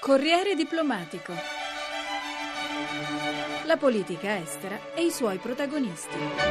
Corriere diplomatico. La politica estera e i suoi protagonisti.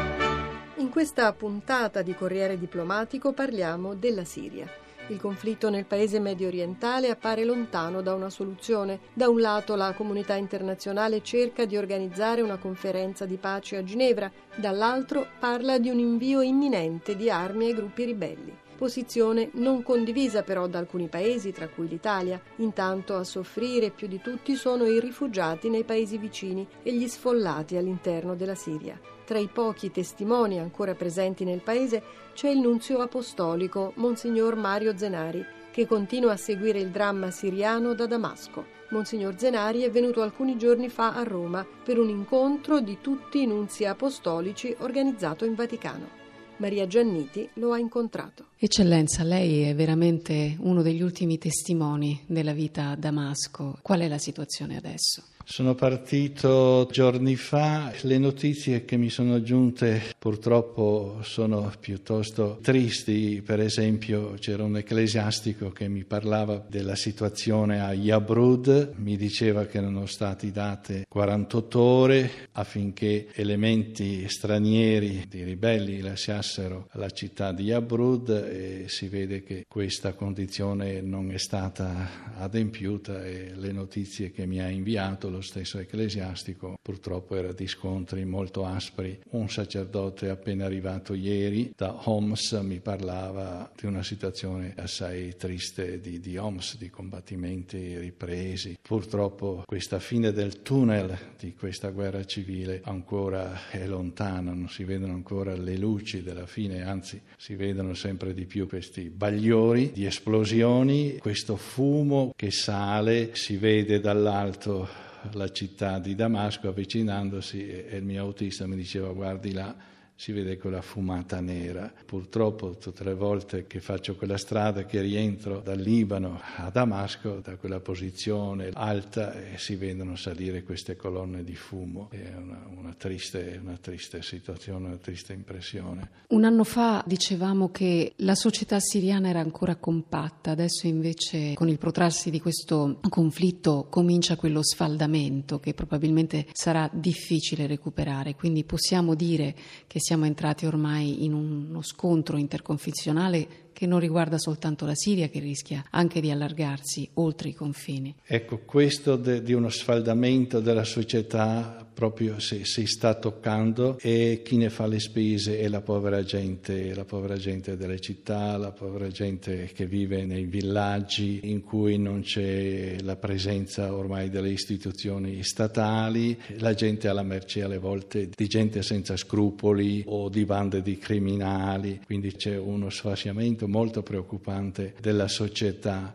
In questa puntata di Corriere diplomatico parliamo della Siria. Il conflitto nel paese medio orientale appare lontano da una soluzione. Da un lato la comunità internazionale cerca di organizzare una conferenza di pace a Ginevra, dall'altro parla di un invio imminente di armi ai gruppi ribelli. Posizione non condivisa però da alcuni paesi, tra cui l'Italia. Intanto a soffrire più di tutti sono i rifugiati nei paesi vicini e gli sfollati all'interno della Siria. Tra i pochi testimoni ancora presenti nel paese c'è il nunzio apostolico, Monsignor Mario Zenari, che continua a seguire il dramma siriano da Damasco. Monsignor Zenari è venuto alcuni giorni fa a Roma per un incontro di tutti i nunzi apostolici organizzato in Vaticano. Maria Gianniti lo ha incontrato. Eccellenza, lei è veramente uno degli ultimi testimoni della vita a Damasco. Qual è la situazione adesso? Sono partito giorni fa, le notizie che mi sono giunte purtroppo sono piuttosto tristi. Per esempio c'era un ecclesiastico che mi parlava della situazione a Yabrud, mi diceva che erano stati date 48 ore affinché elementi stranieri di ribelli lasciassero la città di Yabrud e si vede che questa condizione non è stata adempiuta e le notizie che mi ha inviato lo stesso ecclesiastico purtroppo era di scontri molto aspri. Un sacerdote appena arrivato ieri da Homs mi parlava di una situazione assai triste di Homs, di combattimenti ripresi. Purtroppo questa fine del tunnel di questa guerra civile ancora è lontana, non si vedono ancora le luci della fine, anzi si vedono sempre di più questi bagliori di esplosioni, questo fumo che sale, si vede dall'alto la città di Damasco avvicinandosi e il mio autista mi diceva guardi là, si vede quella fumata nera. Purtroppo tutte le volte che faccio quella strada che rientro dal Libano a Damasco, da quella posizione alta si vedono salire queste colonne di fumo. È una triste situazione, una triste impressione. Un anno fa dicevamo che la società siriana era ancora compatta, adesso invece con il protrarsi di questo conflitto comincia quello sfaldamento che probabilmente sarà difficile recuperare, quindi possiamo dire che siamo entrati ormai in uno scontro interconfessionale che non riguarda soltanto la Siria, che rischia anche di allargarsi oltre i confini. Ecco, questo di uno sfaldamento della società proprio si sta toccando e chi ne fa le spese è la povera gente delle città, la povera gente che vive nei villaggi in cui non c'è la presenza ormai delle istituzioni statali, la gente alla mercé alle volte di gente senza scrupoli o di bande di criminali, quindi c'è uno sfasciamento molto preoccupante della società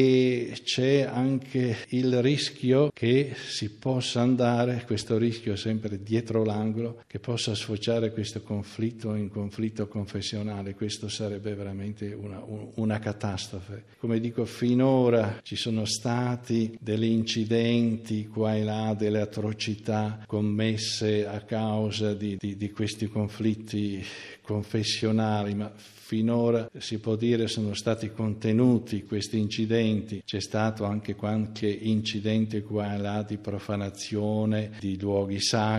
e c'è anche il rischio che si possa andare, questo rischio sempre dietro l'angolo, che possa sfociare questo conflitto in conflitto confessionale. Questo sarebbe veramente una catastrofe. Come dico, finora ci sono stati degli incidenti qua e là, delle atrocità commesse a causa di questi conflitti confessionali, ma finora si può dire sono stati contenuti questi incidenti. C'è stato anche qualche incidente qua e là di profanazione di luoghi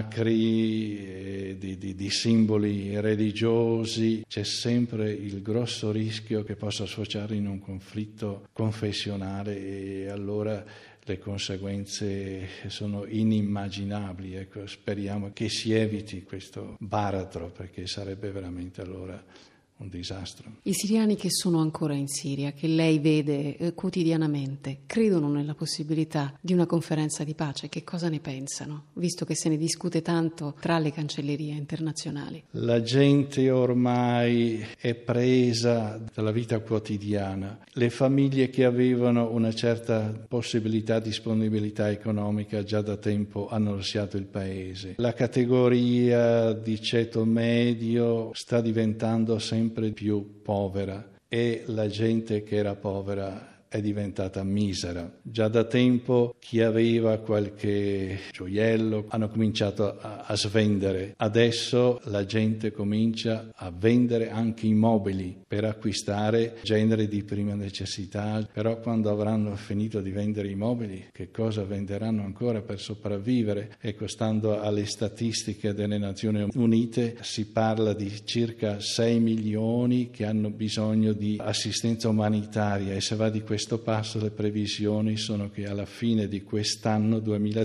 sacri, di simboli religiosi. C'è sempre il grosso rischio che possa sfociare in un conflitto confessionale e allora le conseguenze sono inimmaginabili. Ecco, speriamo che si eviti questo baratro, perché sarebbe veramente allora un disastro. I siriani che sono ancora in Siria, che lei vede quotidianamente, credono nella possibilità di una conferenza di pace? Che cosa ne pensano, visto che se ne discute tanto tra le cancellerie internazionali? La gente ormai è presa dalla vita quotidiana. Le famiglie che avevano una certa possibilità, disponibilità economica già da tempo hanno lasciato il paese. La categoria di ceto medio sta diventando sempre più povera e la gente che era povera è diventata misera. Già da tempo chi aveva qualche gioiello hanno cominciato a svendere. Adesso la gente comincia a vendere anche i mobili per acquistare generi di prima necessità, però quando avranno finito di vendere i mobili, che cosa venderanno ancora per sopravvivere? Ecco, stando alle statistiche delle Nazioni Unite, si parla di circa 6 milioni che hanno bisogno di assistenza umanitaria, e se va di questo passo le previsioni sono che alla fine di quest'anno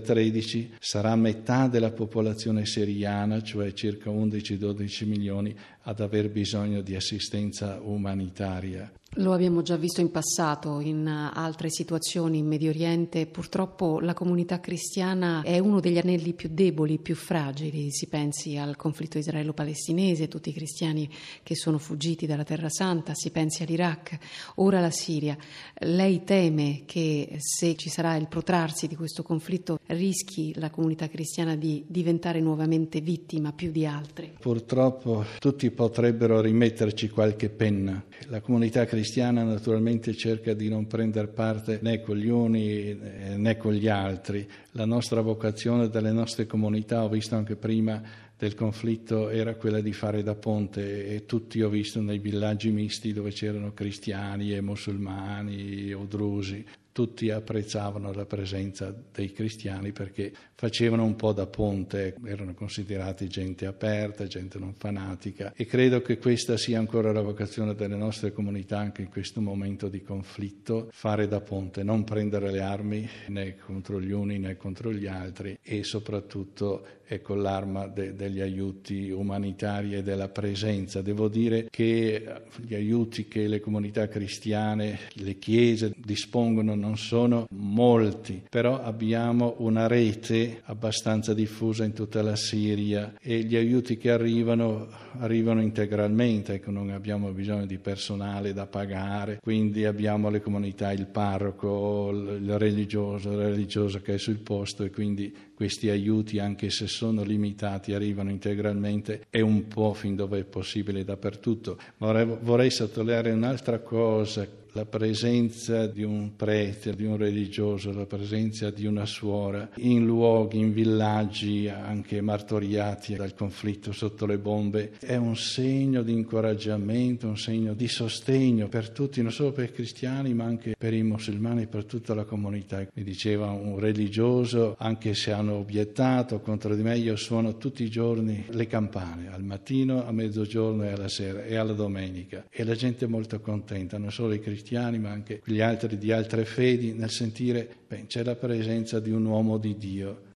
2013 sarà metà della popolazione siriana, cioè circa 11-12 milioni, ad aver bisogno di assistenza umanitaria. Lo abbiamo già visto in passato, in altre situazioni in Medio Oriente. Purtroppo la comunità cristiana è uno degli anelli più deboli, più fragili. Si pensi al conflitto israelo-palestinese, tutti i cristiani che sono fuggiti dalla Terra Santa, si pensi all'Iraq, ora la Siria. Lei teme che se ci sarà il protrarsi di questo conflitto rischi la comunità cristiana di diventare nuovamente vittima più di altre? Purtroppo tutti potrebbero rimetterci qualche penna. La comunità cristiana naturalmente cerca di non prendere parte né con gli uni né con gli altri. La nostra vocazione delle nostre comunità, ho visto anche prima del conflitto, era quella di fare da ponte, e tutti ho visto nei villaggi misti dove c'erano cristiani e musulmani o drusi. Tutti apprezzavano la presenza dei cristiani perché facevano un po' da ponte, erano considerati gente aperta, gente non fanatica, e credo che questa sia ancora la vocazione delle nostre comunità anche in questo momento di conflitto: fare da ponte, non prendere le armi né contro gli uni né contro gli altri, e soprattutto con l'arma degli aiuti umanitari e della presenza. Devo dire che gli aiuti che le comunità cristiane, le chiese dispongono non sono molti, però abbiamo una rete abbastanza diffusa in tutta la Siria, e gli aiuti che arrivano integralmente. Ecco, non abbiamo bisogno di personale da pagare, quindi abbiamo le comunità, il parroco, il religioso che è sul posto, e quindi questi aiuti, anche se sono limitati, arrivano integralmente e un po' fin dove è possibile dappertutto. Ma vorrei sottolineare un'altra cosa: la presenza di un prete, di un religioso, la presenza di una suora in luoghi, in villaggi anche martoriati dal conflitto sotto le bombe, è un segno di incoraggiamento, un segno di sostegno per tutti, non solo per i cristiani ma anche per i musulmani, per tutta la comunità. Mi diceva un religioso: anche se hanno obiettato contro di me, io suono tutti i giorni le campane, al mattino, a mezzogiorno e alla sera e alla domenica, e la gente è molto contenta, non solo i cristiani ma anche gli altri di altre fedi, nel sentire c'è la presenza di un uomo di Dio.